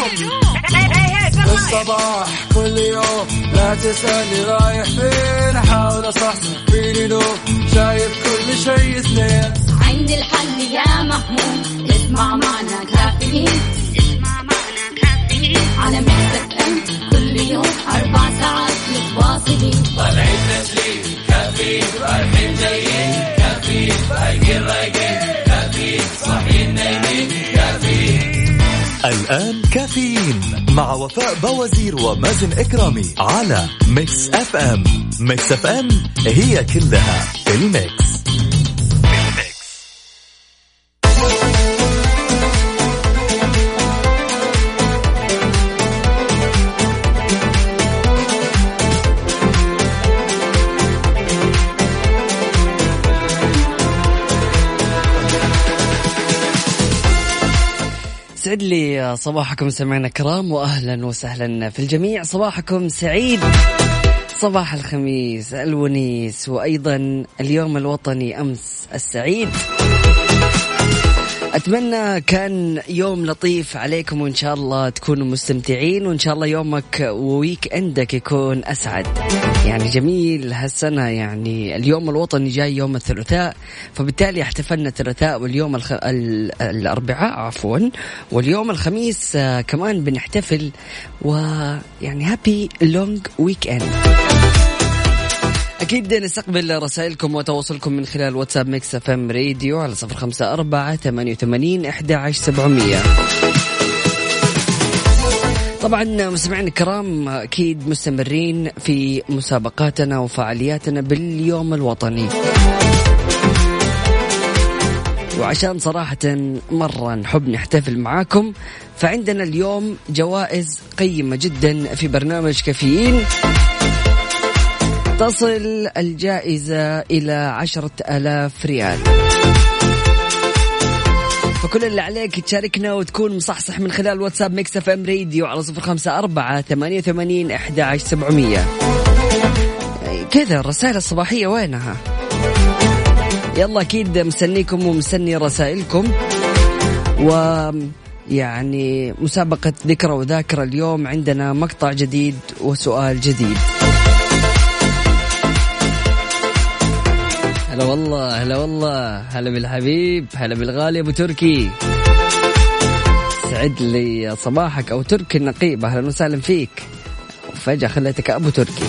الصباح كل يوم لا تسألني رايح فين، أحاول أصحصح فيني لو شايف كل شيء سنين. عندي الحل يا محمود، اسمع معنا كافيين، اسمع معنا كافيين على ميكس اف ام كل يوم 4 ساعات متواصلين. طالعين تسليم كافيين، رايحين جايين كافيين، رايقين رايقين كافيين، صاحيين نايمين كافيين. الآن كافيين مع وفاء بوازير ومازن إكرامي على ميكس اف ام. ميكس اف ام هي كلها الميكس. سعد لي صباحكم سمعنا كرام، وأهلا وسهلا في الجميع. صباحكم سعيد، صباح الخميس الونيس، وأيضا اليوم الوطني أمس السعيد. أتمنى كان يوم لطيف عليكم، وإن شاء الله تكونوا مستمتعين، وإن شاء الله يومك وويك أندك يكون أسعد. يعني جميل هالسنة، يعني اليوم الوطني جاي يوم الثلاثاء، فبالتالي احتفلنا الثلاثاء واليوم الأربعاء عفوا، واليوم الخميس كمان بنحتفل، ويعني هابي لونج ويك أند. أكيد نستقبل رسائلكم وتواصلكم من خلال واتساب ميكس اف ام راديو على 0548811700. طبعا مستمعين الكرام، أكيد مستمرين في مسابقاتنا وفعالياتنا باليوم الوطني، وعشان صراحة مرة نحب نحتفل معاكم، فعندنا اليوم جوائز قيمة جدا في برنامج كافيين. تصل الجائزة إلى 10,000 ريال. فكل اللي عليك تشاركنا وتكون مصحصح من خلال واتساب ميكس اف ام راديو على 0548811700. كذا الرسائل الصباحية وينها؟ يلا أكيد مستنيكم ومستني رسائلكم. ويعني مسابقة ذكرى وذاكرة، اليوم عندنا مقطع جديد وسؤال جديد. هلا والله هلا والله، هلا بالحبيب، هلا بالغالي أبو تركي. سعد لي صباحك أو تركي النقيب، أهلا وسهلا فيك، وفجأة خليتك أبو تركي.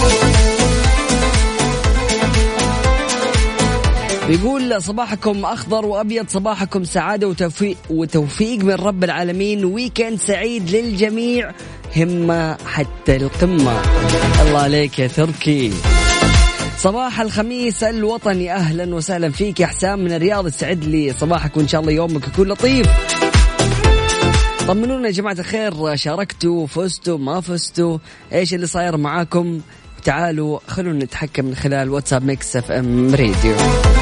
بيقول صباحكم أخضر وأبيض، صباحكم سعادة وتوفيق من رب العالمين، ويكند سعيد للجميع، همة حتى القمة. الله عليك يا تركي. صباح الخميس الوطني، أهلا وسهلا فيك يا حسام من الرياض. سعد لي صباحك، وإن شاء الله يومك يكون لطيف. طمنونا يا جماعة الخير، شاركتوا، فزتوا، ما فزتوا، إيش اللي صاير معاكم؟ تعالوا خلونا نتحكم من خلال واتساب ميكس اف ام راديو.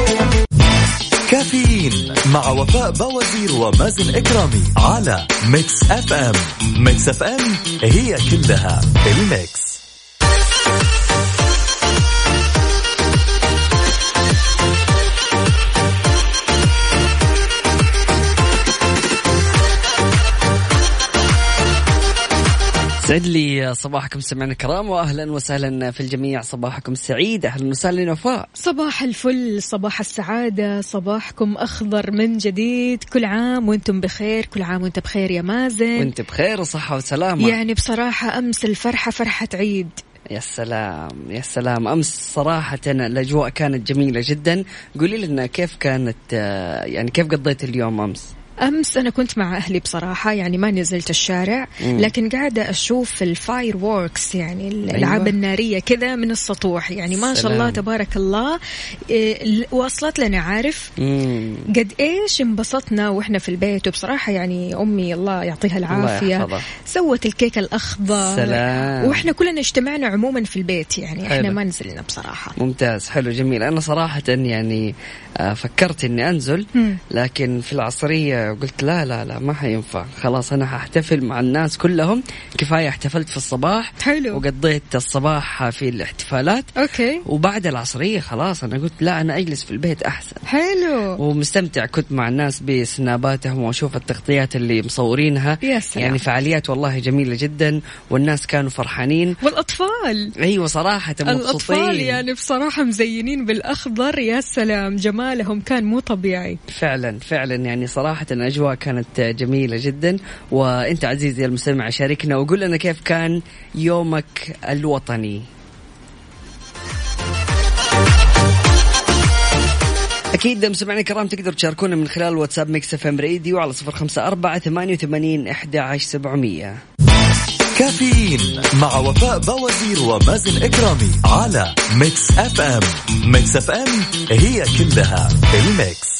كافيين مع وفاء بوازير ومازن إكرامي على ميكس اف ام. ميكس اف ام هي كلها الميكس. سعد لي صباحكم سمعنا الكرام، وأهلا وسهلا في الجميع. صباحكم سعيد، أهلا وسهلا وفاء. صباح الفل، صباح السعادة، صباحكم أخضر من جديد. كل عام وانتم بخير، كل عام وانت بخير يا مازن، وانت بخير وصحة وسلامة. يعني بصراحة أمس الفرحة فرحة عيد. يا سلام يا سلام، أمس صراحة الأجواء كانت جميلة جدا. قولي لنا كيف كانت، يعني كيف قضيت اليوم أمس؟ أمس أنا كنت مع أهلي بصراحة، يعني ما نزلت الشارع، لكن قاعدة أشوف الفاير ووركس، يعني الألعاب النارية كذا من السطوح، يعني ما شاء الله تبارك الله. وصلت لنا، عارف قد إيش انبسطنا وإحنا في البيت. وبصراحة يعني أمي الله يعطيها العافية سوت الكيك الأخضر، سلام. وإحنا كلنا اجتمعنا عموما في البيت، يعني إحنا ما نزلنا بصراحة. ممتاز، حلو جميل. أنا صراحة يعني فكرت إني أنزل، لكن في العصرية قلت لا ما حينفع، خلاص أنا هحتفل مع الناس كلهم، كفاية احتفلت في الصباح. حلو. وقضيت الصباح في الاحتفالات. أوكي. وبعد العصرية خلاص أنا قلت لا، أنا أجلس في البيت أحسن. حلو. ومستمتع كنت مع الناس بسناباتهم وأشوف التغطيات اللي مصورينها. يعني فعاليات والله جميلة جدا، والناس كانوا فرحانين، والأطفال أيوة صراحة مبسوطين. الأطفال يعني بصراحة مزينين بالأخضر، يا سلام جمالهم كان مو طبيعي. فعلا يعني صراحة الأجواء كانت جميلة جدا. وأنت عزيزي المستمع شاركنا وقول لنا كيف كان يومك الوطني. أكيد مستمعينا الكرام تقدروا تشاركونا من خلال واتساب ميكس اف ام راديو على 0548811700. كافيين مع وفاء بوازير ومازن إكرامي على ميكس اف ام. ميكس اف ام هي كلها الميكس.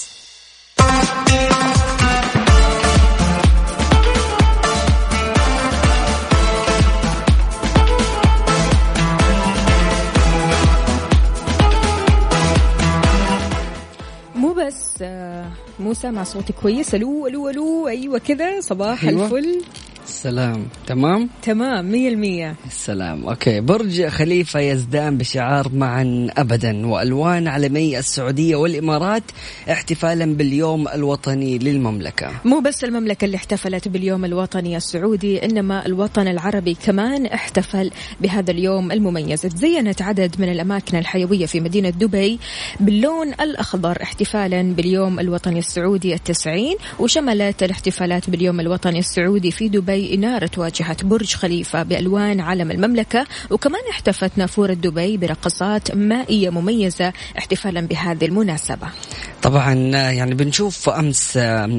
مو سامع صوتي كويس. الو ايوه كذا صباح أيوة. الفل. السلام. تمام 100%. السلام. اوكي. برج خليفة يزدان بشعار معا ابدا والوان علمي السعودية والامارات احتفالا باليوم الوطني للمملكة. مو بس المملكة اللي احتفلت باليوم الوطني السعودي، انما الوطن العربي كمان احتفل بهذا اليوم المميز. تزينت عدد من الاماكن الحيوية في مدينة دبي باللون الاخضر احتفالا باليوم الوطني السعودي 90. وشملت الاحتفالات باليوم الوطني السعودي في دبي إنارة واجهة برج خليفة بألوان علم المملكة. وكمان احتفت نافورة دبي برقصات مائية مميزة احتفالا بهذه المناسبة. طبعا يعني بنشوف أمس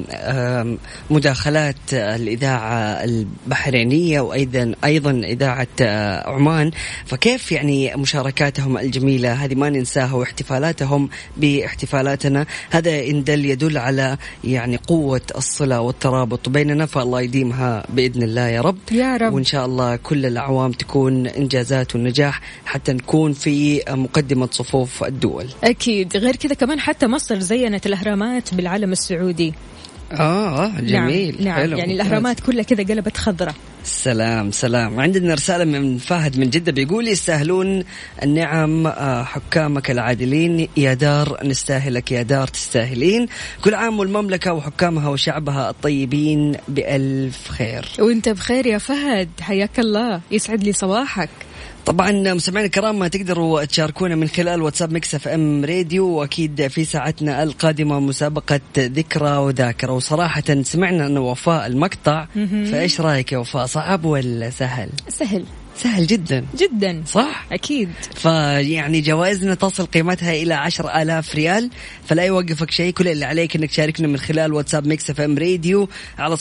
مداخلات الإذاعة البحرينية وأيضا إذاعة عمان، فكيف يعني مشاركاتهم الجميلة هذه ما ننساها، واحتفالاتهم باحتفالاتنا، هذا يدل على يعني قوة الصلة والترابط بيننا، فالله يديمها بإذن الله يا رب. وإن شاء الله كل الأعوام تكون إنجازات والنجاح حتى نكون في مقدمة صفوف الدول. أكيد. غير كذا كمان حتى مصر زينت الأهرامات بالعلم السعودي. جميل. نعم. حلو. يعني الأهرامات كلها كذا قلبت خضرة. سلام. عندنا رسالة من فهد من جدة بيقول يستاهلون النعم حكامك العادلين، يا دار نستاهلك يا دار تستاهلين، كل عام والمملكة وحكامها وشعبها الطيبين بألف خير. وانت بخير يا فهد، حياك الله، يسعد لي صباحك. طبعا مستمعينا الكرام تقدروا تشاركونا من خلال واتساب ميكس اف ام راديو، واكيد في ساعتنا القادمه مسابقه ذكرى وذاكره. وصراحه سمعنا ان وفاء المقطع، فايش رايك يا وفاء، صعب ولا سهل؟ سهل جدا صح؟ أكيد. فيعني جوائزنا تصل قيمتها إلى 10,000 ريال، فلا يوقفك شيء، كل اللي عليك أنك تشاركنا من خلال واتساب ميكس اف ام راديو على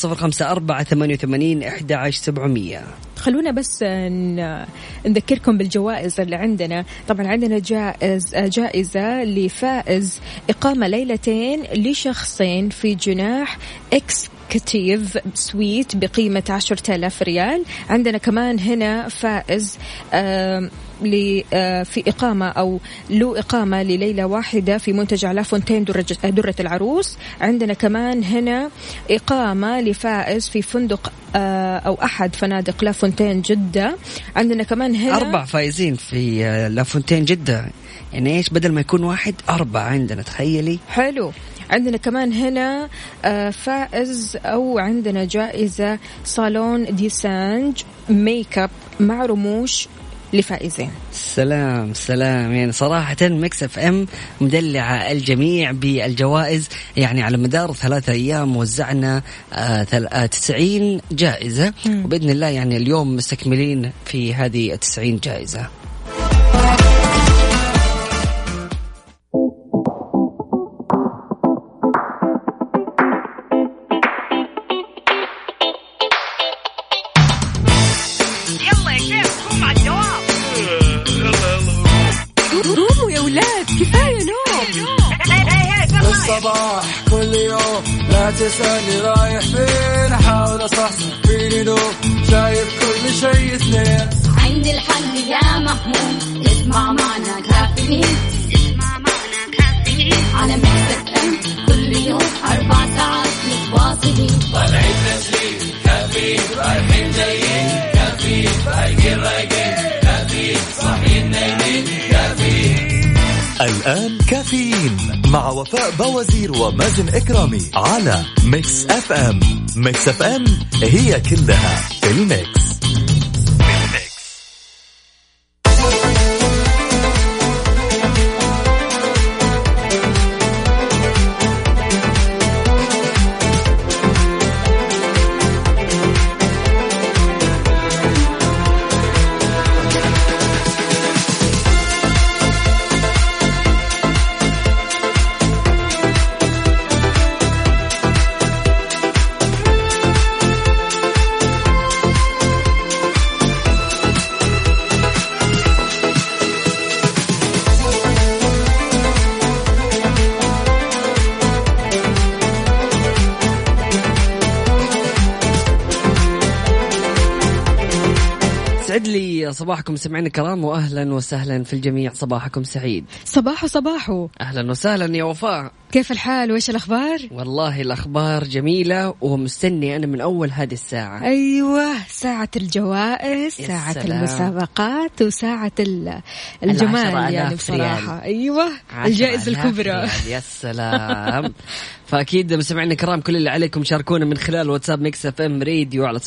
0548811700. خلونا بس نذكركم بالجوائز اللي عندنا. طبعا عندنا جائزة لفائز إقامة ليلتين لشخصين في جناح كتيف سويت بقيمة 10,000 ريال. عندنا كمان هنا فائز في إقامة أو له إقامة لليلة واحدة في منتجع لافونتين درة العروس. عندنا كمان هنا إقامة لفائز في فندق أو أحد فنادق لافونتين جدة. عندنا كمان هنا 4 فائزين في لافونتين جدة، يعني إيش بدل ما يكون 1 4 عندنا، تخيلي. حلو. عندنا كمان هنا فائز أو عندنا جائزة صالون دي سانج ميك اب مع رموش لفائزين. سلام. يعني صراحة ميكس اف ام مدلعة الجميع بالجوائز، يعني على مدار 3 أيام وزعنا 90 جائزة، وبإذن الله يعني اليوم مستكملين في هذه 90 جائزة. الصباح كل يوم لا تسألني رايح فين، أحاول أصحصح فيني نوم، شايف كل شيء اثنين، عندي الحل يا محمود، اسمع معنا كافيين، على ميكس اف ام كل كل يوم 4 ساعات متواصلين. طالعين تسليم كافيين رايحين جايين كافيين فايقين رايقين كافيين صاحيين نايمين كافيين. الآن كافيين مع وفاء بوازير ومازن إكرامي على ميكس اف ام. ميكس اف ام هي كلها في الميكس. يسعد لي صباحكم سمعنا الكرام واهلا وسهلا في الجميع. صباحكم سعيد. صباحو اهلا وسهلا يا وفاء. كيف الحال وايش الاخبار؟ والله الاخبار جميله ومستني انا من اول هذه الساعه. ايوه ساعه الجوائز ساعه المسابقات وساعه الجمال يعني بصراحه. ايوه الجائزه الكبرى. يا سلام. فاكيد مستمعينا الكرام كل اللي عليكم شاركونا من خلال واتساب ميكس اف ام راديو على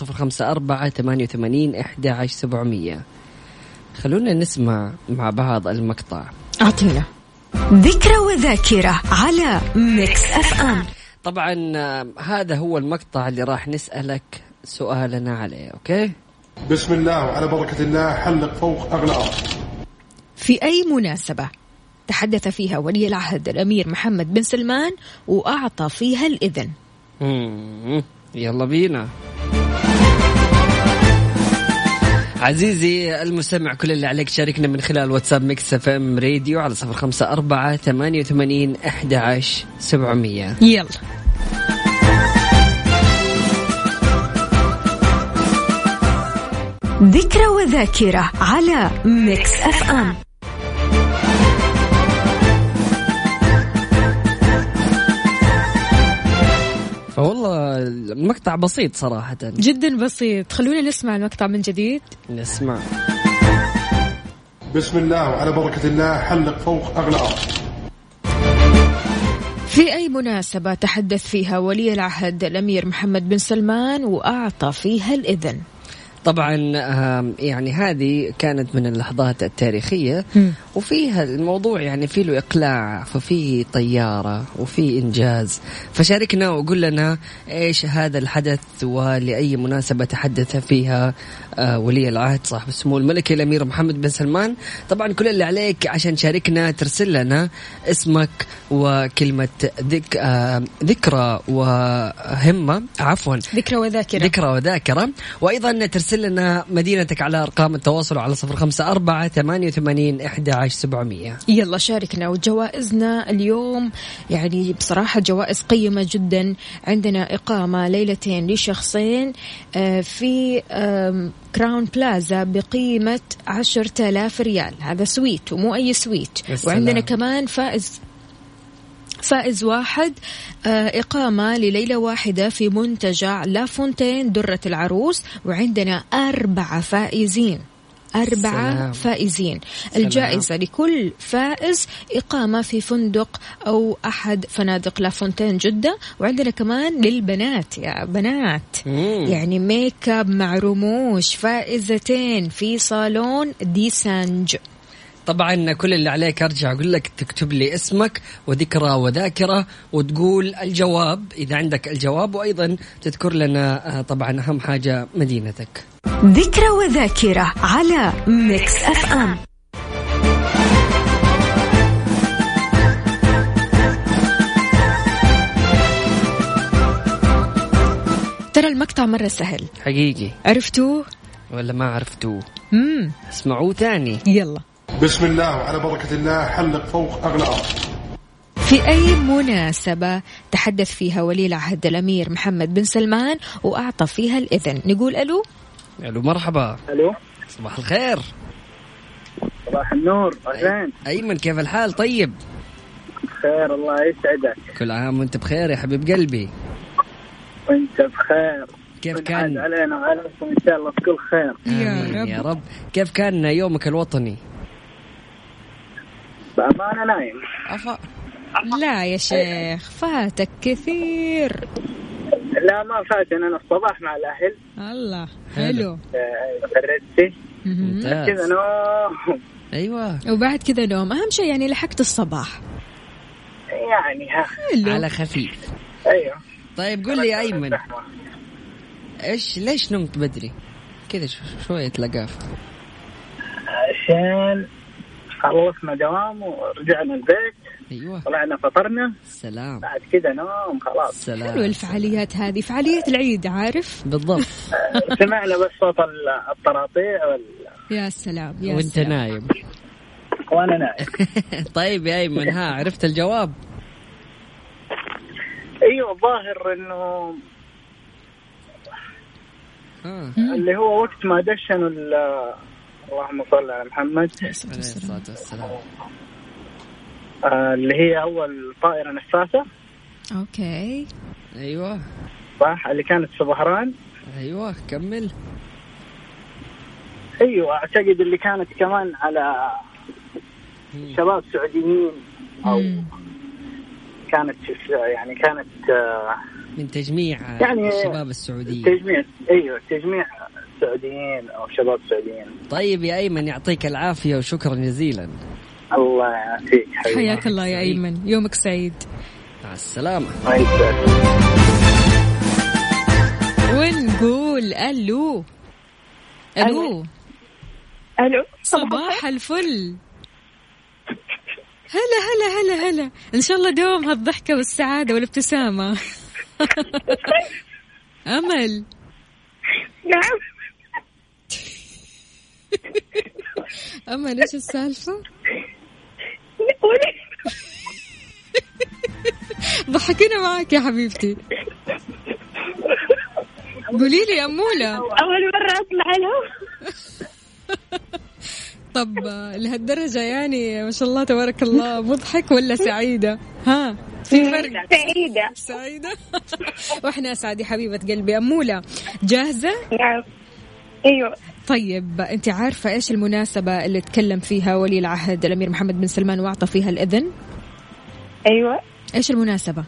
0548811700. خلونا نسمع مع بعض المقطع. اعطينا ذكرى وذاكرة على ميكس اف ام. طبعا هذا هو المقطع اللي راح نسألك سؤالنا عليه. اوكي بسم الله وعلى بركة الله. حلق فوق أغلى أرض. في أي مناسبة تحدث فيها ولي العهد الأمير محمد بن سلمان وأعطى فيها الإذن؟ يلا بينا عزيزي المستمع، كل اللي عليك شاركنا من خلال واتساب ميكس اف ام راديو على 0548811700. يلا ذكرى وذاكرة على ميكس اف ام. فوالله المقطع بسيط صراحة جدا بسيط. خلونا نسمع المقطع من جديد. نسمع. بسم الله وعلى بركة الله. حلق فوق أغلى أرض. في أي مناسبة تحدث فيها ولي العهد الأمير محمد بن سلمان وأعطى فيها الإذن؟ طبعا يعني هذه كانت من اللحظات التاريخية وفيها الموضوع يعني فيه له إقلاع، ففيه طيارة وفيه إنجاز. فشاركنا وقول لنا إيش هذا الحدث ولأي مناسبة تحدث فيها ولي العهد صاحب السمو الملكي الأمير محمد بن سلمان. طبعا كل اللي عليك عشان تشاركنا ترسل لنا اسمك وكلمة ذكرى وهمة، عفوا ذكرى وذاكرة، وأيضا ترسل لنا مدينتك على أرقام التواصل على 0548811700. يلا شاركنا. وجوائزنا اليوم يعني بصراحة جوائز قيمة جدا. عندنا إقامة ليلتين لشخصين في كراون بلازا بقيمة 10,000 ريال. هذا سويت ومو أي سويت. وعندنا كمان فائز واحد إقامة لليلة واحدة في منتجع لا فونتين درة العروس. وعندنا 4 فائزين. الجائزة لكل فائز إقامة في فندق أو أحد فنادق لا فونتين جدة. وعندنا كمان للبنات يا بنات يعني ميك اب مع رموش، فائزتين في صالون دي سانج. طبعا كل اللي عليك أرجع أقول لك تكتب لي اسمك وذكرى وذاكرة وتقول الجواب إذا عندك الجواب، وأيضا تذكر لنا طبعا أهم حاجة مدينتك. ذكرى وذاكرة على ميكس اف ام. ترى المقطع مرة سهل حقيقي. عرفتوه ولا ما عرفتوه؟ اسمعوه تاني. يلا. بسم الله وعلى بركة الله. حلق فوق أغلى أرض. في أي مناسبة تحدث فيها ولي العهد الأمير محمد بن سلمان وأعطى فيها الإذن؟ نقول ألو. ألو مرحبا. ألو صباح الخير. صباح النور. أهلين. أيمن كيف الحال؟ طيب بخير الله يسعدك. كل عام وانت بخير يا حبيب قلبي. وانت بخير. كيف كان علينا وعليكم ان شاء الله بكل خير يا رب. كيف كان يومك الوطني؟ بأمانة نايم. لا يا شيخ فاتك كثير. لا ما فاتني، أنا الصباح مع الأهل. الله حلو. بردتي كذا نوم. أيوة وبعد كذا نوم، أهم شيء يعني لحقت الصباح يعني حلو. على خفيف. أيوة. طيب قل لي يا أيمن، ليش نمت بدري كذا شوية لقاف؟ عشان خلصنا دوام ورجعنا البيت. أيوة. طلعنا فطرنا. سلام. بعد كذا نوم خلاص. سلام. حلو الفعاليات هذه، فعاليات العيد عارف. بالضبط. سمعنا بس صوت الطراطيع يا سلام يا وانت سلام. نايم. وانا نايم. طيب يا أيمن، عرفت الجواب؟ ايوه الظاهر انه اللي هو وقت ما دشنوا اللهم صل على محمد عليه الصلاة والسلام، اللي هي اول طائرة نفاثة. اوكي ايوه صح، اللي كانت في ظهران. ايوه كمل. ايوه اعتقد اللي كانت كمان على شباب سعوديين او كانت يعني كانت من تجميع يعني الشباب السعوديين. تجميع سعوديين او شباب سعوديين. طيب يا ايمن يعطيك العافيه وشكرا جزيلا. الله يعافيك حبيبي. حياك الله يا ايمن، يومك سعيد. مع السلامه. ونقول الو الو الو صباح الفل. هلا هلا هلا هلا، ان شاء الله دوم هالضحكه والسعاده والابتسامه. امل. نعم. امل ايش السالفه؟ ضحكينا معك يا حبيبتي. قولي لي يا أمولة. أول مرة أطلع لهم. طب لهالدرجة يعني ما شاء الله تبارك الله مضحك ولا سعيدة؟ ها في فرق؟ سعيدة. وإحنا أسعد يا حبيبة قلبي. أمولة جاهزة؟ نعم. أيوة. طيب أنت عارفة إيش المناسبة اللي تكلم فيها ولي العهد الأمير محمد بن سلمان وأعطى فيها الإذن؟ أيوة. إيش المناسبة؟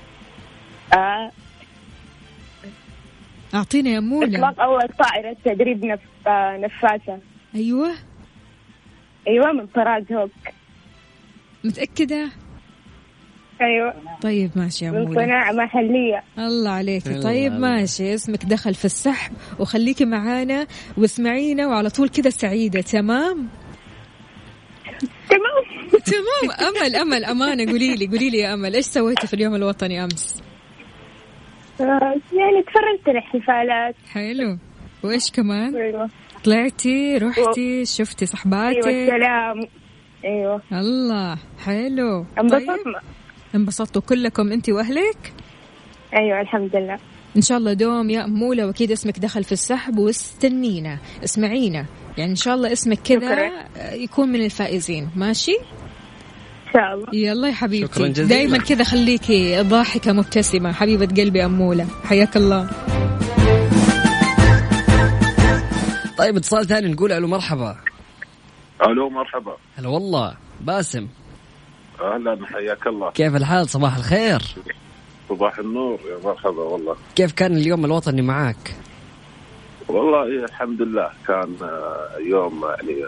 أعطينا يا أمولة. إطلاق أول طائرة تدريب نفاثة. أيوة من طراز هوك. متأكدة؟ أيوة. طيب ماشي يا أمولة. من صناعة محلية. الله عليك. طيب ماشي، اسمك دخل في السحب وخليكي معانا واسمعينا وعلى طول كذا سعيدة. تمام. أمل أمانة قولي لي يا أمل إيش سويتي في اليوم الوطني أمس؟ يعني تفرجت الاحتفالات. حلو. وإيش كمان؟ أيوة. طلعتي رحتي شفتي صحباتك؟ أيوة السلام. أيوة. الله حلو. انبسطنا. طيب. انبسطتوا كلكم أنت وأهلك؟ أيوة الحمد لله. إن شاء الله دوم يا أمولة، وأكيد اسمك دخل في السحب واستنينا اسمعينا، يعني إن شاء الله اسمك كذا يكون من الفائزين. ماشي إن شاء الله. يلا يا حبيبتي دايما كذا خليكي ضاحكة مبتسمة حبيبة قلبي أمولة. حياك الله. طيب اتصال ثاني نقول ألو مرحبا. ألو مرحبا. هلا والله باسم. أهلا حياك الله. كيف الحال؟ صباح الخير. صباح النور يا مرحبا. والله كيف كان اليوم الوطني معاك؟ والله الحمد لله كان يوم يعني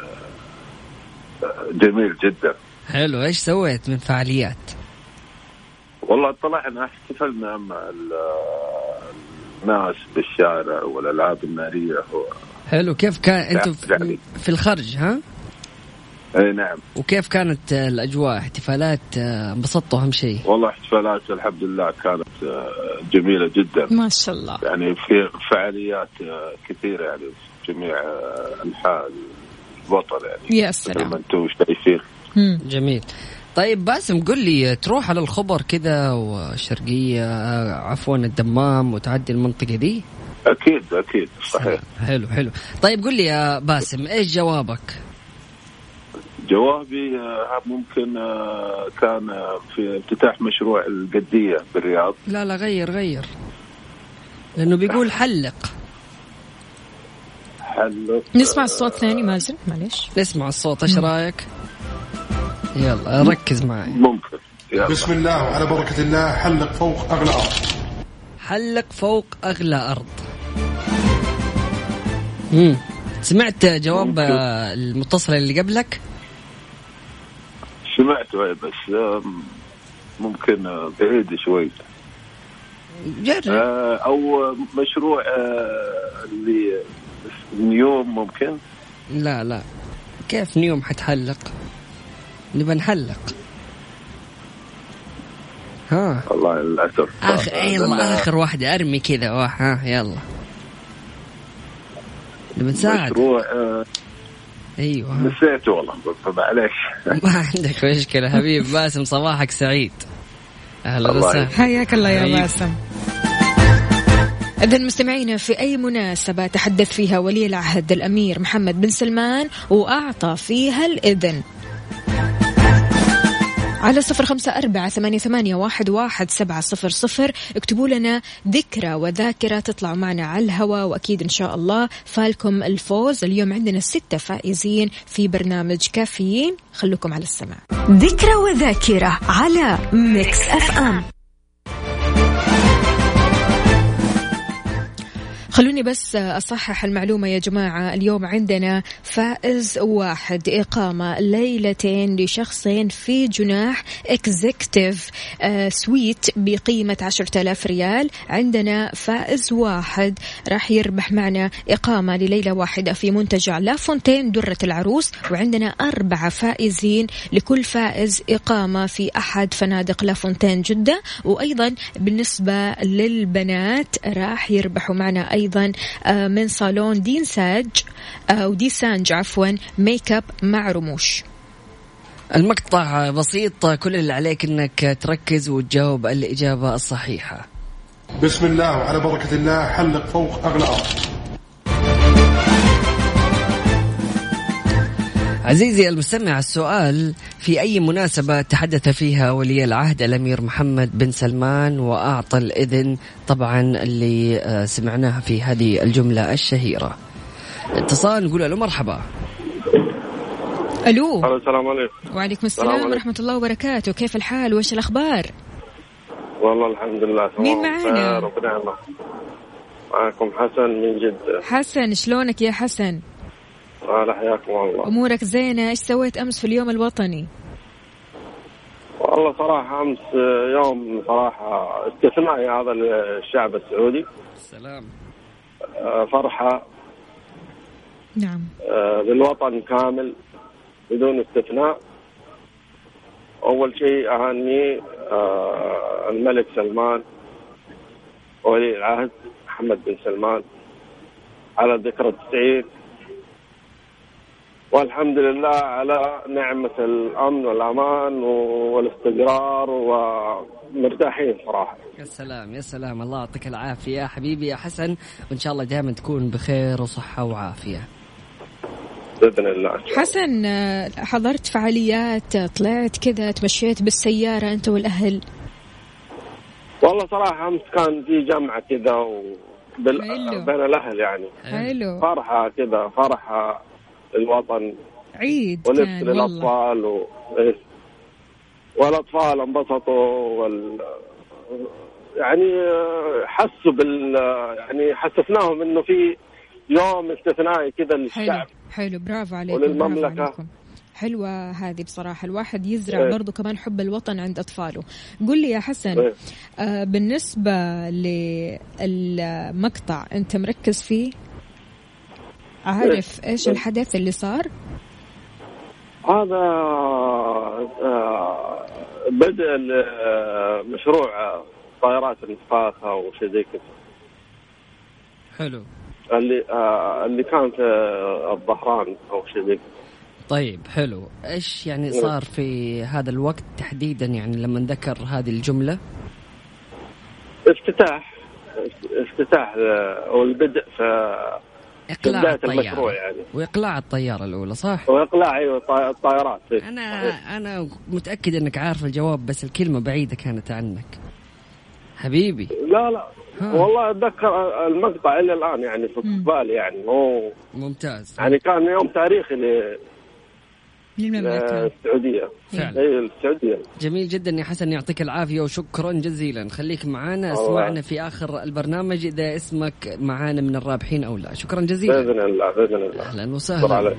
جميل جدا. حلو. ايش سويت من فعاليات؟ والله طلعنا احتفلنا مع الناس بالشارع والألعاب النارية. حلو. كيف كان انتم في الخرج؟ ها اي نعم. وكيف كانت الأجواء؟ احتفالات انبسطتوا أهم شيء؟ والله احتفالات الحمد لله كانت جميلة جدا ما شاء الله. يعني في فعاليات كثيرة يعني في جميع أنحاء الوطن يعني. يا سلام. ما انتم شايفين. جميل. طيب باسم قل لي، تروح على الخبر كذا وشرقية عفوا الدمام وتعدي المنطقة دي؟ أكيد صحيح. حلو. طيب قل لي يا باسم ايش جوابك؟ جوابي ممكن كان في افتتاح مشروع القدية بالرياض. لا غير لأنه بيقول حلق. نسمع الصوت ثاني مازن، معلش نسمع الصوت. ايش رايك؟ يلا ركز معي. ممكن. يلا. بسم الله وعلى بركة الله. حلق فوق أغلى أرض. حلق فوق أغلى أرض. سمعت جواب المتصل اللي قبلك؟ سمعته بس ممكن بعيد شوي. جرب. أو مشروع اللي نيوم ممكن. لا كيف نيوم حتحلق؟ نبى نحلق. ها والله للأسف. يلا آخر واحدة أرمي كذا. ها يلا نبى نساعد. مشروع أيوه نسيته والله معليش. ما عندك مشكلة حبيب باسم، صباحك سعيد. أهلا وسهلا. حياك الله يا باسم. إذن مستمعينا، في أي مناسبة تحدث فيها ولي العهد الأمير محمد بن سلمان وأعطى فيها الإذن؟ على 0548811700 اكتبوا لنا ذكرى وذاكرة تطلعوا معنا على الهواء، وأكيد إن شاء الله فالكم الفوز. اليوم عندنا 6 فائزين في برنامج كافيين، خلوكم على السماع. ذكرى وذاكرة على ميكس اف ام. خلوني بس أصحح المعلومة يا جماعة. اليوم عندنا فائز واحد، إقامة ليلتين لشخصين في جناح إكزيكتيف سويت بقيمة 10,000 ريال. عندنا فائز واحد راح يربح معنا إقامة لليلة واحدة في منتجع لا فونتين درة العروس. وعندنا 4 فائزين، لكل فائز إقامة في أحد فنادق لا فونتين جدة. وأيضا بالنسبة للبنات راح يربحوا معنا أيضا من صالون ديسانج عفوا ميك اب مع رموش. المقطع بسيط، كل اللي عليك انك تركز وتجاوب الإجابة الصحيحة. بسم الله وعلى بركة الله. حلق فوق أغلى أرض. عزيزي المستمع، السؤال: في أي مناسبة تحدث فيها ولي العهد الأمير محمد بن سلمان وأعطى الإذن؟ طبعا اللي سمعناها في هذه الجملة الشهيرة. اتصال، نقول له مرحبا. ألو. السلام عليكم. وعليكم السلام ورحمة الله وبركاته. كيف الحال وإيش الأخبار؟ والله الحمد لله. مين معانا؟ ربنا الله. معكم حسن من جدة. حسن، شلونك يا حسن؟ حياكم الله. أمورك زينة؟ إيش سويت أمس في اليوم الوطني؟ والله صراحة أمس يوم صراحة استثنائي هذا الشعب السعودي. السلام. فرحة. نعم. بالوطن كامل بدون استثناء. أول شيء أهني الملك سلمان ولي العهد محمد بن سلمان على ذكرى 90، والحمد لله على نعمة الأمن والأمان والاستقرار ومرتاحين صراحة. يا سلام يا سلام، الله يعطيك العافية حبيبي يا حسن، وإن شاء الله دائما تكون بخير وصحة وعافية بإذن الله. حسن، حضرت فعاليات، طلعت كذا، تمشيت بالسيارة أنت والأهل؟ والله صراحة أمس كان في جمعة كذا بين الأهل يعني. حلو. فرحة كذا، فرحة الوطن، عيد ولبس كان للأطفال والأطفال انبسطوا يعني حسوا يعني حسسناهم إنه في يوم استثنائي كذا للشعب. حلو، برافو عليكم وللمملكة. حلوة هذه بصراحة، الواحد يزرع برضو كمان حب الوطن عند أطفاله. قل لي يا حسن، بالنسبة للمقطع أنت مركز فيه؟ عارف إيش الحدث اللي صار؟ هذا بدء مشروع طائرات النفاثة أو شيء زي كذا. حلو. اللي كان في الظهران أو شيء زي كذا. طيب حلو، إيش يعني صار في هذا الوقت تحديدا، يعني لما ذكر هذه الجملة؟ افتتاح والبدء في بداية المشروع يعني. وإقلاع الطيارة الأولى صح؟ وإقلاع أيوة الطائرات. أنا متأكد أنك عارف الجواب بس الكلمة بعيدة كانت عنك حبيبي. لا والله أتذكر المقطع إلى الآن يعني في بالي يعني. ممتاز. يعني كان يوم تاريخي للمملكة السعودية فعلا. السعودية. جميل جدا يا حسن، يعطيك العافية وشكرا جزيلا. خليك معنا، اسمعنا في آخر البرنامج إذا اسمك معنا من الرابحين أو لا. شكرا جزيلا. بإذن الله بإذن الله. أهلا وسهلا.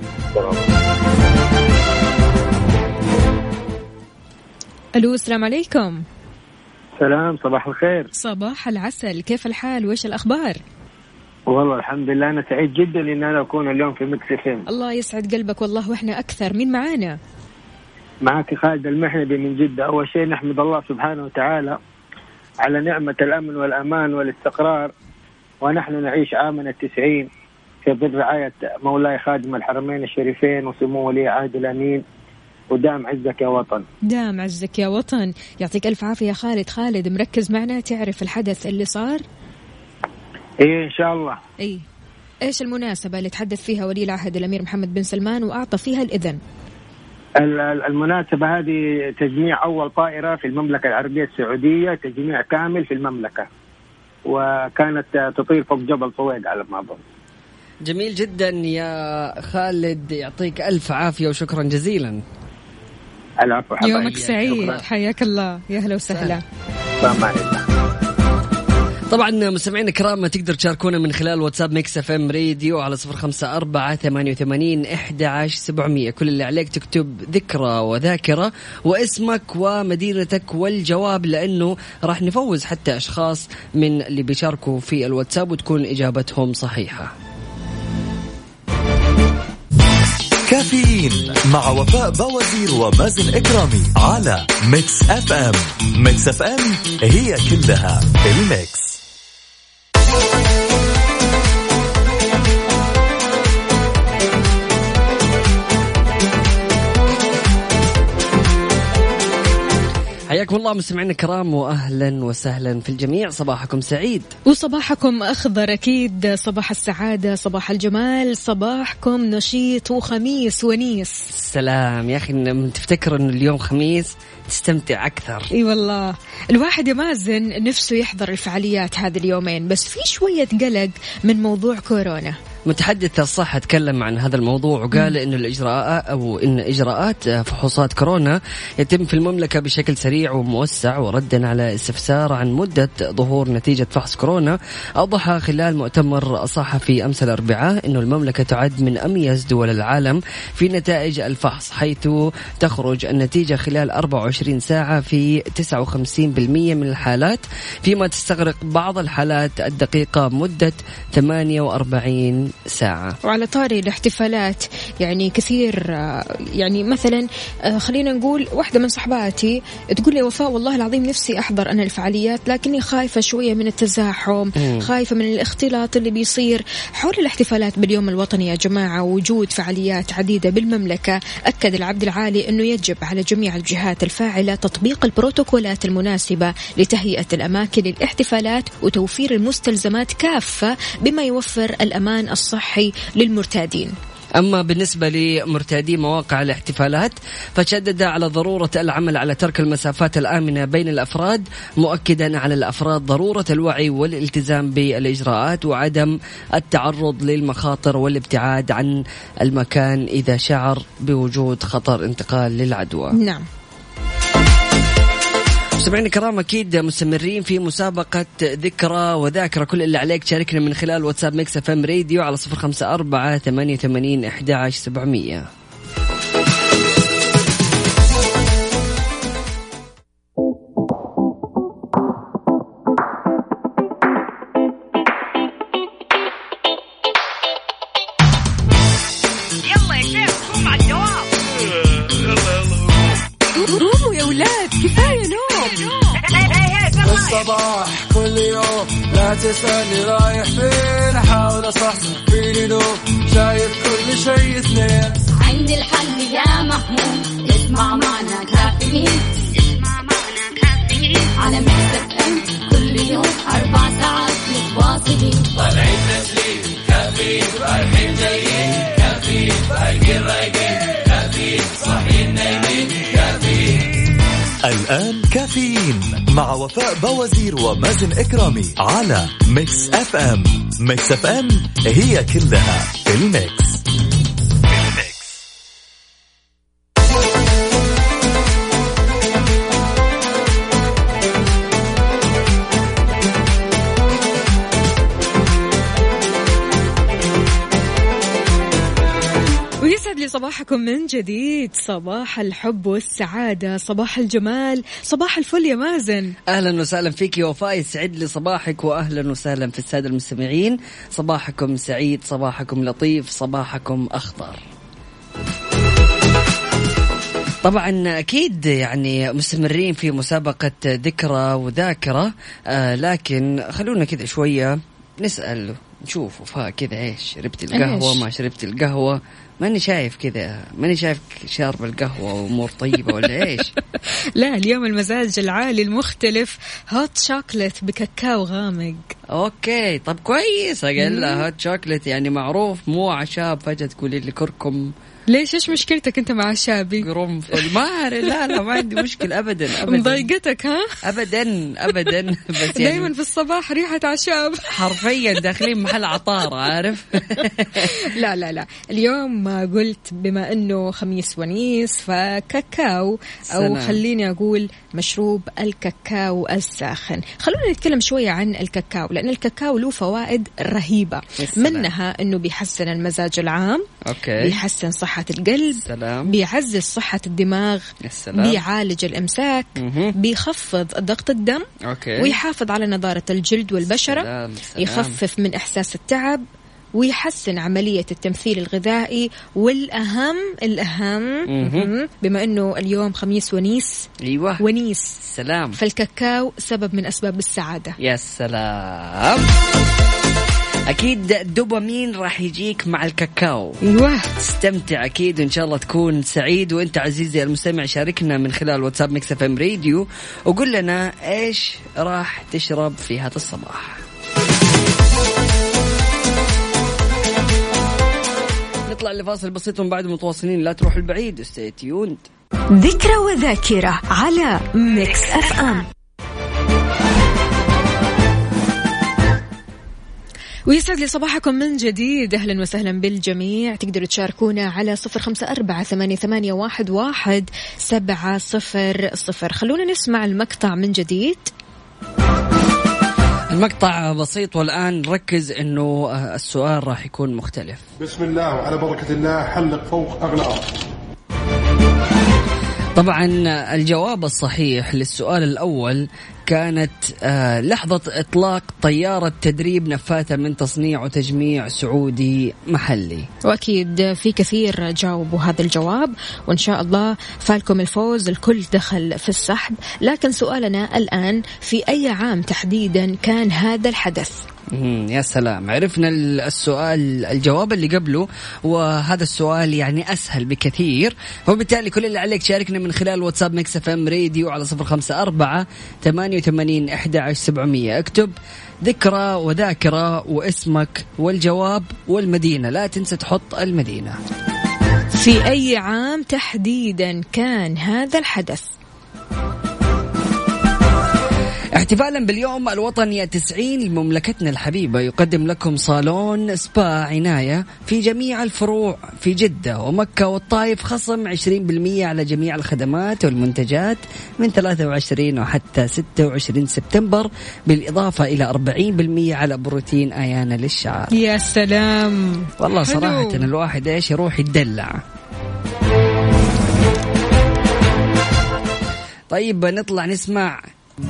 ألو السلام عليكم. سلام، صباح الخير. صباح العسل، كيف الحال وإيش الأخبار؟ والله الحمد لله، أنا سعيد جدا إن أنا أكون اليوم في ميكس اف ام. الله يسعد قلبك والله، وإحنا أكثر. مين معانا؟ معك خالد المحنبي من جدة. أول شيء نحمد الله سبحانه وتعالى على نعمة الأمن والأمان والاستقرار، ونحن نعيش عامنا 90 في ظل رعاية مولاي خادم الحرمين الشريفين وسمو ولي عهد الأمين. ودام عزك يا وطن. دام عزك يا وطن. يعطيك ألف عافية يا خالد. خالد مركز معنا، تعرف الحدث اللي صار؟ إيه إن شاء الله. إيه، إيش المناسبة اللي تحدث فيها ولي العهد الأمير محمد بن سلمان وأعطى فيها الإذن؟ المناسبة هذه تجميع أول طائرة في المملكة العربية السعودية، تجميع كامل في المملكة، وكانت تطير فوق جبل طويق على ما أظن. جميل جدا يا خالد، يعطيك ألف عافية وشكرا جزيلا. العفو. يومك سعيد، حياك الله. يا هلا وسهلا. طبعا مستمعينا الكرام تقدر تشاركونا من خلال واتساب ميكس اف ام راديو على 0548811700. كل اللي عليك تكتب ذكرى وذاكرة واسمك ومدينتك والجواب، لأنه راح نفوز حتى أشخاص من اللي بيشاركوا في الواتساب وتكون إجابتهم صحيحة. كافيين مع وفاء بوازير ومازن إكرامي على ميكس اف ام. ميكس اف ام هي كلها الميكس. حياكم الله مستمعينا الكرام وأهلا وسهلا في الجميع. صباحكم سعيد وصباحكم أخضر أكيد، صباح السعادة، صباح الجمال، صباحكم نشيط وخميس ونيس. سلام يا أخي، من تفتكر أنه اليوم خميس تستمتع أكثر. إي والله، الواحد يا مازن نفسه يحضر الفعاليات هذه اليومين، بس في شوية قلق من موضوع كورونا. متحدث الصحة تكلم عن هذا الموضوع وقال إن الإجراءات أو إن إجراءات فحوصات كورونا يتم في المملكة بشكل سريع وموسع. وردا على استفسار عن مدة ظهور نتيجة فحص كورونا، أوضح خلال مؤتمر صحفي أمس الأربعاء إنه المملكة تعد من أميز دول العالم في نتائج الفحص، حيث تخرج النتيجة خلال 24 ساعة في 59% من الحالات، فيما تستغرق بعض الحالات الدقيقة مدة 48 ساعة. وعلى طاري الاحتفالات، يعني كثير، يعني مثلا خلينا نقول واحدة من صحباتي تقول لي وفاء والله العظيم نفسي أحضر أنا الفعاليات، لكني خايفة شوية من التزاحم، خايفة من الاختلاط اللي بيصير حول الاحتفالات باليوم الوطني. يا جماعة وجود فعاليات عديدة بالمملكة، أكد العبد العالي أنه يجب على جميع الجهات الفاعلة تطبيق البروتوكولات المناسبة لتهيئة الأماكن للاحتفالات وتوفير المستلزمات كافة بما يوفر الأمان الصحي للمرتادين. أما بالنسبة لمرتادي مواقع الاحتفالات فشدد على ضرورة العمل على ترك المسافات الآمنة بين الأفراد، مؤكدا على الأفراد ضرورة الوعي والالتزام بالإجراءات وعدم التعرض للمخاطر والابتعاد عن المكان إذا شعر بوجود خطر انتقال للعدوى. نعم. مستمعين الكرام أكيد مستمرين في مسابقة ذكرى وذاكرة. كل اللي عليك تشاركنا من خلال واتساب ميكس اف ام راديو على 0548811700. يلا يا شيخ قوم على الدوام. قوموا يا ولاد، كفاية نوم. الصباح كل يوم لا تسألني رايح فين، أحاول أصحصح فيني نوم، شايف كل شيء اثنين. عندي الحل يا محمود، اسمع معنا كافيين، اسمع معنا كافيين على ميكس اف ام كل يوم 4 ساعات متواصلين. طالعين تسليم كافيين كافيين رايحين جايين كافيين فايقين رايقين كافيين صاحيين نايمين كافيين. الآن كافيين مع وفاء بوازير ومازن إكرامي على ميكس اف ام. ميكس اف ام هي كلها في الميكس. ويسعد لي صباحكم من جديد، صباح الحب والسعادة، صباح الجمال، صباح الفل يا مازن. أهلا وسهلا فيك يا وفاء، يسعد لي صباحك وأهلا وسهلا في السادة المستمعين. صباحكم سعيد، صباحكم لطيف، صباحكم أخضر. طبعا أكيد يعني مستمرين في مسابقة ذكرى وذاكرة، لكن خلونا كذا شوية نسأل نشوف وفاء كذا إيش شربت القهوة ما شربت القهوة؟ ماني شايف كذا، ماني شايف شارب القهوة وأمور طيبة ولا إيش؟ لا اليوم المزاج العالي المختلف، هوت شوكلت بكاكاو غامق. أوكي طب كويس، أقل هوت شوكلت يعني معروف، مو عشاب فجأة تقولي لي كركم. ليش إيش مشكلتك أنت مع الشابي؟ قرنفل ما لا ما عندي مشكلة أبدا أبدا. مضايقتك ها؟ أبدا بس يعني دايما في الصباح ريحة عشاب حرفيا داخلين محل عطار عارف. لا اليوم قلت بما أنه خميس ونيس فكاكاو أو خليني أقول مشروب الكاكاو الساخن. خلونا نتكلم شوية عن الكاكاو، لأن الكاكاو له فوائد رهيبة، منها أنه بيحسن المزاج العام، بيحسن صحة القلب، بيعزز صحة الدماغ، بيعالج الإمساك، بيخفض ضغط الدم، ويحافظ على نضارة الجلد والبشرة، يخفف من إحساس التعب، ويحسن عملية التمثيل الغذائي، والأهم بما أنه اليوم خميس ونيس، ونيس سلام، فالكاكاو سبب من أسباب السعادة. يا سلام، أكيد الدوبامين راح يجيك مع الكاكاو. استمتع أكيد وإن شاء الله تكون سعيد. وإنت عزيزي المستمع شاركنا من خلال واتساب ميكس اف ام راديو وقول لنا إيش راح تشرب في هذا الصباح. نطلع لفاصل بسيط ومن بعد متواصلين، لا تروح البعيد. stay tuned. ذكرى وذاكرة على ميكس اف ام. ويسعد لي صباحكم من جديد، أهلا وسهلا بالجميع. تقدروا تشاركونا على 0548811700. خلونا نسمع المقطع من جديد. المقطع بسيط والآن ركز إنه السؤال راح يكون مختلف. بسم الله وعلى بركة الله، حلق فوق أغلى أرض. طبعا الجواب الصحيح للسؤال الأول كانت لحظة إطلاق طيارة تدريب نفاثة من تصنيع وتجميع سعودي محلي. وأكيد في كثير جاوبوا هذا الجواب، وإن شاء الله فالكم الفوز، الكل دخل في السحب. لكن سؤالنا الآن، في أي عام تحديدا كان هذا الحدث؟ يا سلام، عرفنا السؤال الجواب اللي قبله، وهذا السؤال يعني أسهل بكثير. وبالتالي كل اللي عليك شاركنا من خلال واتساب ميكس اف ام راديو على 0548811700. اكتب ذكرى وذاكرة واسمك والجواب والمدينة، لا تنسى تحط المدينة. في أي عام تحديدا كان هذا الحدث؟ احتفالا باليوم الوطني 90 لمملكتنا الحبيبة، يقدم لكم صالون سبا عناية في جميع الفروع في جدة ومكة والطائف خصم 20% على جميع الخدمات والمنتجات من 23 وحتى 26 سبتمبر، بالإضافة إلى 40% على بروتين آيانا للشعر. يا سلام، والله صراحة الواحد إيش يروح يدلع. طيب نطلع نسمع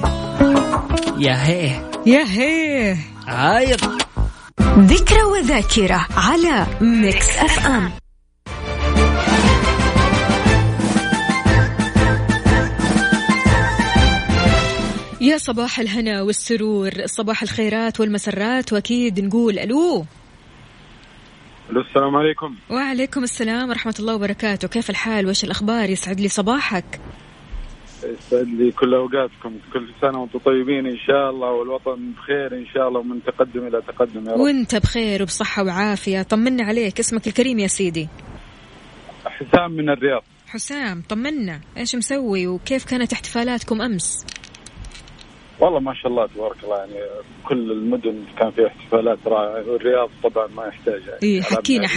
يا هي عايض. ذكرى وذاكرة على ميكس اف ام. يا صباح الهنا والسرور، صباح الخيرات والمسرات، واكيد نقول الو. السلام عليكم. وعليكم السلام ورحمة الله وبركاته. كيف الحال وايش الأخبار؟ يسعد لي صباحك. يسعد لي كل أوقاتكم، كل سنة وأنتم طيبين إن شاء الله، والوطن بخير إن شاء الله، ومن تقدم إلى تقدم يا رب. وأنت بخير وبصحة وعافية. طمنا عليك، اسمك الكريم يا سيدي؟ حسام من الرياض. حسام، طمنا إيش مسوي وكيف كانت احتفالاتكم أمس؟ والله ما شاء الله تبارك الله، يعني كل المدن كان فيها احتفالات رائعة، والرياض طبعا ما يحتاج يعني. إيه حكينا.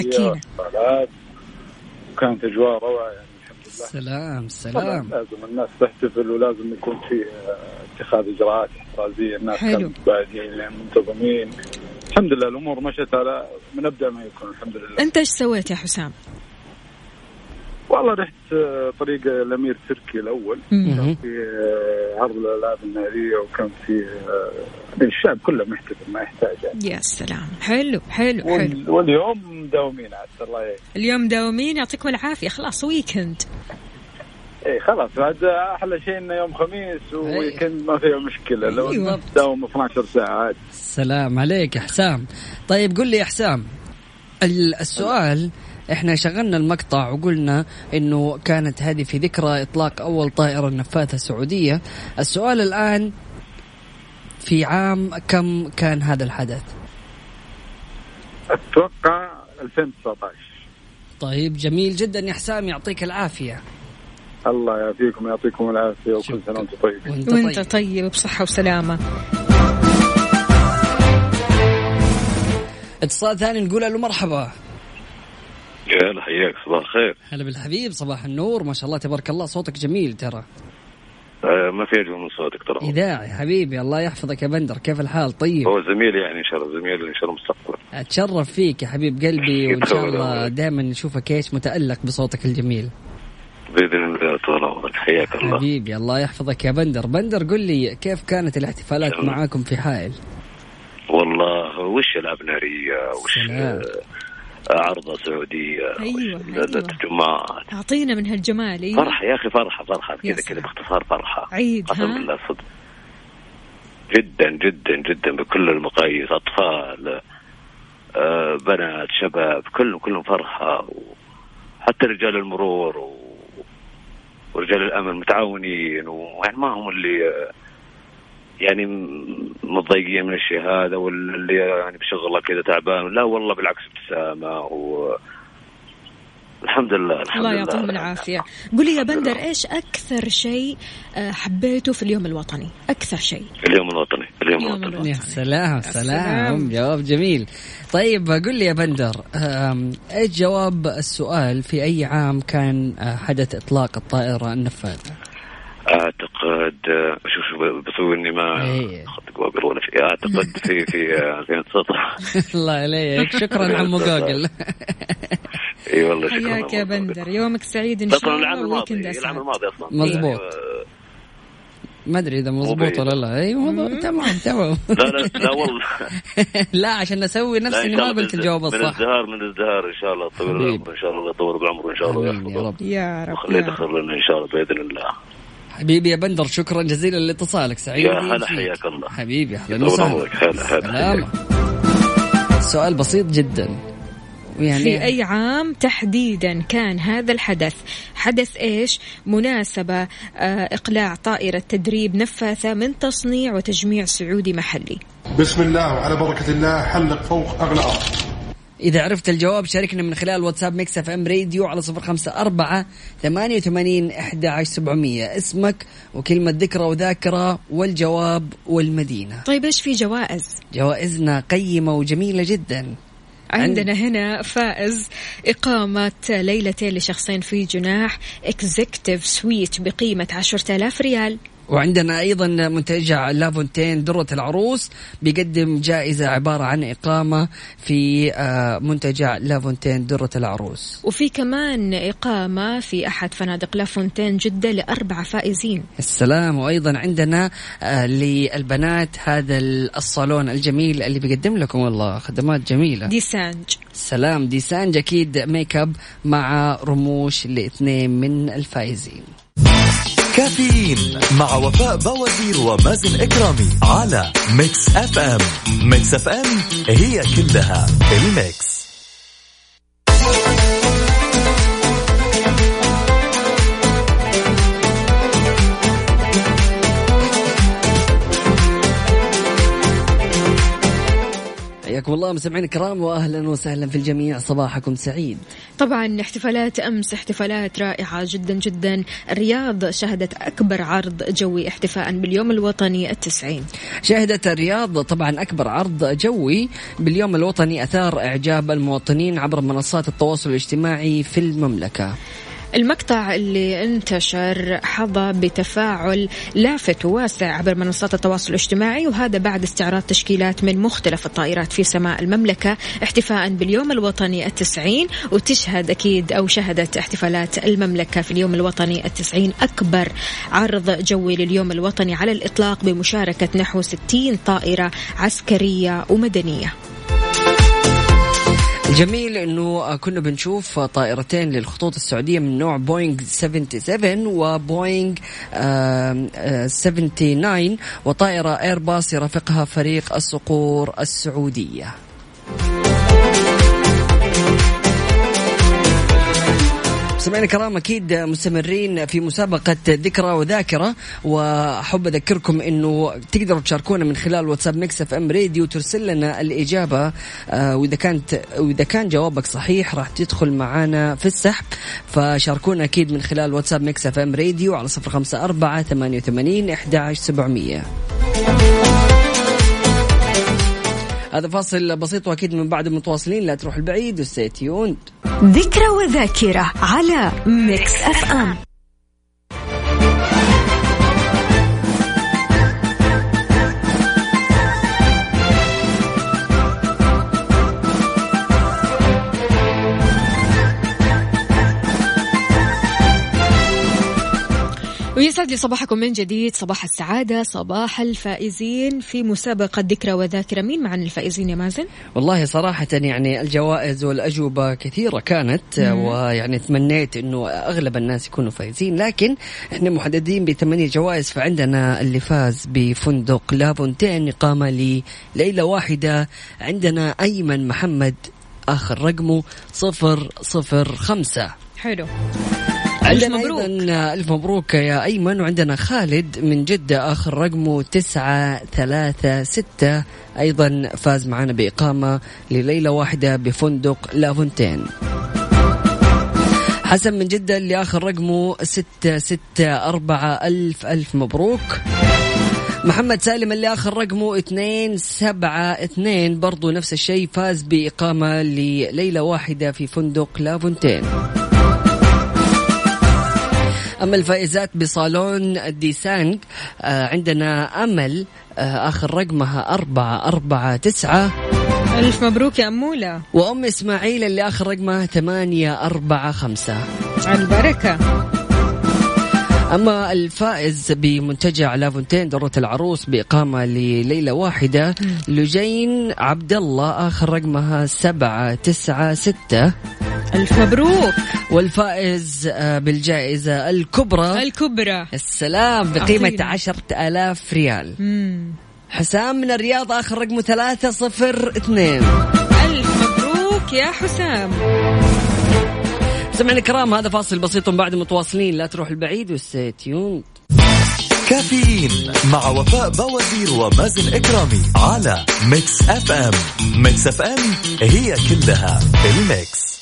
وكانت أجواء روعة يعني الحمد سلام لله. سلام. لازم الناس تحتفل، ولازم يكون في اتخاذ إجراءات احترازية، الناس كانوا متباعدين يعني منتظمين. الحمد لله الأمور مشت على من أبدأ ما يكون الحمد لله. أنت إيش سويت يا حسام؟ والله رحت طريق الأمير تركي الأول، كان في عرض الألعاب النارية، وكان في الشعب كله محتفل ما يحتاج يعني. يا سلام، حلو حلو حلو. واليوم مداومين عسى الله يعين. اليوم مداومين، يعطيكم العافية، خلاص ويكند. ايه خلاص، هذا أحلى شيء إنه يوم خميس وويكند ما فيه مشكلة. لو تداوم 12 ساعة عادي. سلام عليك يا حسام. طيب قل لي يا حسام، السؤال احنا شغلنا المقطع وقلنا انه كانت هذه في ذكرى اطلاق اول طائرة نفاثة سعودية. السؤال الان، في عام كم كان هذا الحدث؟ اتوقع 2019. طيب جميل جدا يا حسام، يعطيك العافية. الله يعافيكم ويعطيكم العافية، وكل سنة وانت طيب. وانت طيب بصحة وسلامة. اتصال ثاني، نقول له مرحبا. يا هلا، حياك، صباح الخير. هلا بالحبيب، صباح النور، ما شاء الله تبارك الله، صوتك جميل ترى. ما في أجمل من صوتك ترى. إذاعي حبيبي، الله يحفظك يا بندر، كيف الحال؟ طيب. هو زميلي يعني إن شاء الله، زميلي إن شاء الله مستقبلا. أتشرف فيك يا حبيب قلبي، وإن شاء الله دائما نشوفك إيش متألق بصوتك الجميل. بإذن الله، طول عمرك، حياك الله. حبيبي الله يحفظك يا بندر. بندر قل لي، كيف كانت الاحتفالات معاكم في حائل؟ والله وش ألعاب نارية، وش عرضة سعودية. أيوة. التجمعات، أعطينا من هالجمال. أيوة. فرحة يا أخي، فرحة كذا باختصار، فرحة عيد. قسم بالله صدق، جدا جدا جدا بكل المقاييس، أطفال، بنات، شباب، كلهم فرحة، وحتى رجال المرور ورجال الأمن متعاونين، ويعني ما هم اللي يعني متضايقين من الشيء هذا، واللي يعني بشغله كذا تعبان، لا والله بالعكس ابتسامة، الحمد لله. الله يعطيهم العافية. قولي يا بندر، إيش أكثر شيء حبيته في اليوم الوطني؟ أكثر شيء. اليوم الوطني. يا سلام، جواب جميل. طيب قل لي يا بندر، إيش جواب السؤال، في أي عام كان حدث إطلاق الطائرة النفاثة؟ أعتقد شوف بسوي إني ما أخذت جوابل ولا شيء. أعتقد في 2019. الله عليك، شكرا عمو جوجل. اي والله شكرا. حياك يا بندر، يومك سعيد ان شاء الله. العام الماضي اصلا مضبوط. ما ادري اذا مضبوط ولا لا. ايوه تمام. لا والله. لا عشان نسوي نفسي اني ما قلت الجواب الصح. من الازدهار ان شاء الله، طول العمر ان شاء الله، يطول بعمره ان شاء الله، يا رب يا رب، وخليه يدخل لنا ان شاء الله باذن الله. حبيبي يا بندر، شكرا جزيلا لاتصالك، سعيد. يا هلا، حياك الله حبيبي، اهلا وسهلا. سؤال بسيط جدا، يعني في أي عام تحديدا كان هذا الحدث؟ حدث إيش؟ مناسبة إقلاع طائرة تدريب نفاثة من تصنيع وتجميع سعودي محلي. بسم الله وعلى بركة الله، حلق فوق أغلى أرض. إذا عرفت الجواب شاركنا من خلال واتساب ميكس اف ام راديو على 0548811700. اسمك وكلمة ذكرى وذاكرة والجواب والمدينة. طيب إيش في جوائز؟ جوائزنا قيمة وجميلة جدا. عندنا هنا فائز إقامة ليلتين لشخصين في جناح إكزيكتيف سويت بقيمة 10,000 ريال. وعندنا أيضا منتجع لافونتين درة العروس بيقدم جائزة عبارة عن إقامة في منتجع لافونتين درة العروس. وفي كمان إقامة في أحد فنادق لافونتين جدة ل4 فائزين. السلام. وأيضا عندنا للبنات هذا الصالون الجميل اللي بيقدم لكم والله خدمات جميلة. ديسانج. السلام. ديسانج أكيد ميك اب مع رموش ل2 من الفائزين. كافيين مع وفاء بوازير ومازن إكرامي على ميكس اف ام. ميكس اف ام هي كلها الميكس. حياكم الله مستمعين الكرام واهلا وسهلا في الجميع، صباحكم سعيد. طبعا احتفالات امس احتفالات رائعه جدا جدا. الرياض شهدت اكبر عرض جوي احتفاء باليوم الوطني 90. شهدت الرياض طبعا اكبر عرض جوي باليوم الوطني اثار اعجاب المواطنين عبر منصات التواصل الاجتماعي في المملكه. المقطع اللي انتشر حظى بتفاعل لافت وواسع عبر منصات التواصل الاجتماعي، وهذا بعد استعراض تشكيلات من مختلف الطائرات في سماء المملكة احتفاء باليوم الوطني 90. وتشهد أكيد أو شهدت احتفالات المملكة في اليوم الوطني 90 أكبر عرض جوي لليوم الوطني على الإطلاق بمشاركة نحو 60 طائرة عسكرية ومدنية. الجميل انه كنا بنشوف طائرتين للخطوط السعودية من نوع بوينغ 77 وبوينغ 79 وطائرة ايرباص يرافقها فريق الصقور السعودية. سمعنا كرام أكيد مستمرين في مسابقة ذكرى وذاكرة، وأحب أذكركم أنه تقدروا تشاركونا من خلال واتساب ميكس اف ام راديو، ترسل لنا الإجابة وإذا كان جوابك صحيح راح تدخل معنا في السحب، فشاركونا أكيد من خلال واتساب ميكس اف ام راديو على 0548811700. هذا فاصل بسيط وأكيد من بعد متواصلين، لا تروح البعيد وستي تيوند. ذكرى وذاكرة على ميكس اف ام. ويسعد لي صباحكم من جديد، صباح السعادة، صباح الفائزين في مسابقة ذكرى وذاكرة. مين معنا الفائزين يا مازن؟ والله صراحة يعني الجوائز والأجوبة كثيرة كانت، ويعني تمنيت إنه أغلب الناس يكونوا فائزين، لكن إحنا محددين ب8 جوائز. فعندنا اللي فاز بفندق لافونتين إقامة لليلة واحدة، عندنا أيمن محمد آخر رقمه 005. حلو، عندنا أيضا ألف مبروك يا أيمن. وعندنا خالد من جدة آخر رقمه 936 أيضا فاز معنا بإقامة لليلة واحدة بفندق لافونتين. حسن من جدة اللي آخر رقمه 664 ألف مبروك. محمد سالم اللي آخر رقمه 272 برضو نفس الشيء فاز بإقامة لليلة واحدة في فندق لافونتين. أما الفائزات بصالون دي سانج عندنا أمل آخر رقمها 449. ألف مبروك يا أمولة. وأم إسماعيل اللي آخر رقمها 845. على البركة. أما الفائز بمنتجع لافونتين دورة العروس بإقامة لليلة واحدة لجين عبد الله آخر رقمها 796. ألف مبروك. والفائز بالجائزة الكبرى السلام بقيمة 10,000 ريال حسام من الرياض آخر رقمه 302. ألف مبروك يا حسام. سمعنا الكرام، هذا فاصل بسيط بعد متواصلين، لا تروح البعيد وستي تيوند. كافيين مع وفاء بوازير ومازن إكرامي على ميكس اف ام. ميكس اف ام هي كلها الميكس.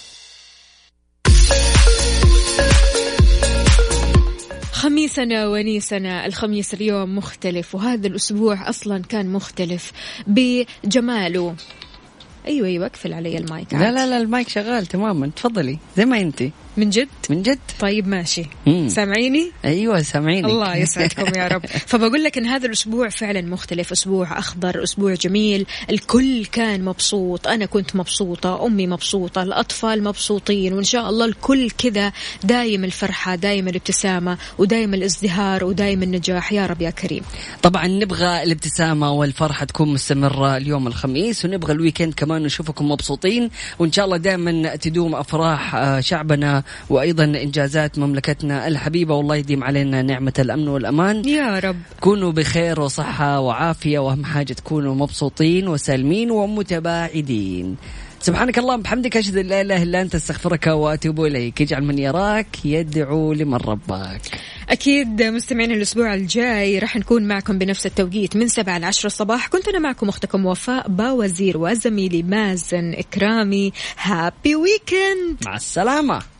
خميسنا ونيسنا، الخميس اليوم مختلف، وهذا الأسبوع أصلا كان مختلف بجماله. أيوة اقفل علي المايك. لا المايك شغال تماما، تفضلي زي ما انتي. من جد؟ من جد. طيب ماشي. سامعيني؟ أيوة سامعيني. الله يسعدكم يا رب. فبقول لك إن هذا الأسبوع فعلا مختلف، أسبوع أخضر، أسبوع جميل، الكل كان مبسوط، أنا كنت مبسوطة، أمي مبسوطة، الأطفال مبسوطين، وإن شاء الله الكل كذا دايم الفرحة، دايم الابتسامة، ودايم الازدهار، ودايم النجاح يا رب يا كريم. طبعا نبغى الابتسامة والفرحة تكون مستمرة اليوم الخميس، ونبغى الويكند كمان نشوفكم مبسوطين، وإن شاء الله دائما تدوم أفراح شعبنا وأيضا إنجازات مملكتنا الحبيبة، والله يديم علينا نعمة الأمن والأمان يا رب. كونوا بخير وصحة وعافية، وأهم حاجة تكونوا مبسوطين وسالمين ومتباعدين. سبحانك اللهم بحمدك أشهد أن لا إله إلا أنت أستغفرك وأتوب إليك. اجعل من يراك يدعو لمن رباك. أكيد مستمعين الأسبوع الجاي راح نكون معكم بنفس التوقيت من 7 ل 10 الصباح. كنت أنا معكم أختكم وفاء باوزير وزميلي مازن إكرامي. هابي ويكند. مع السلامة.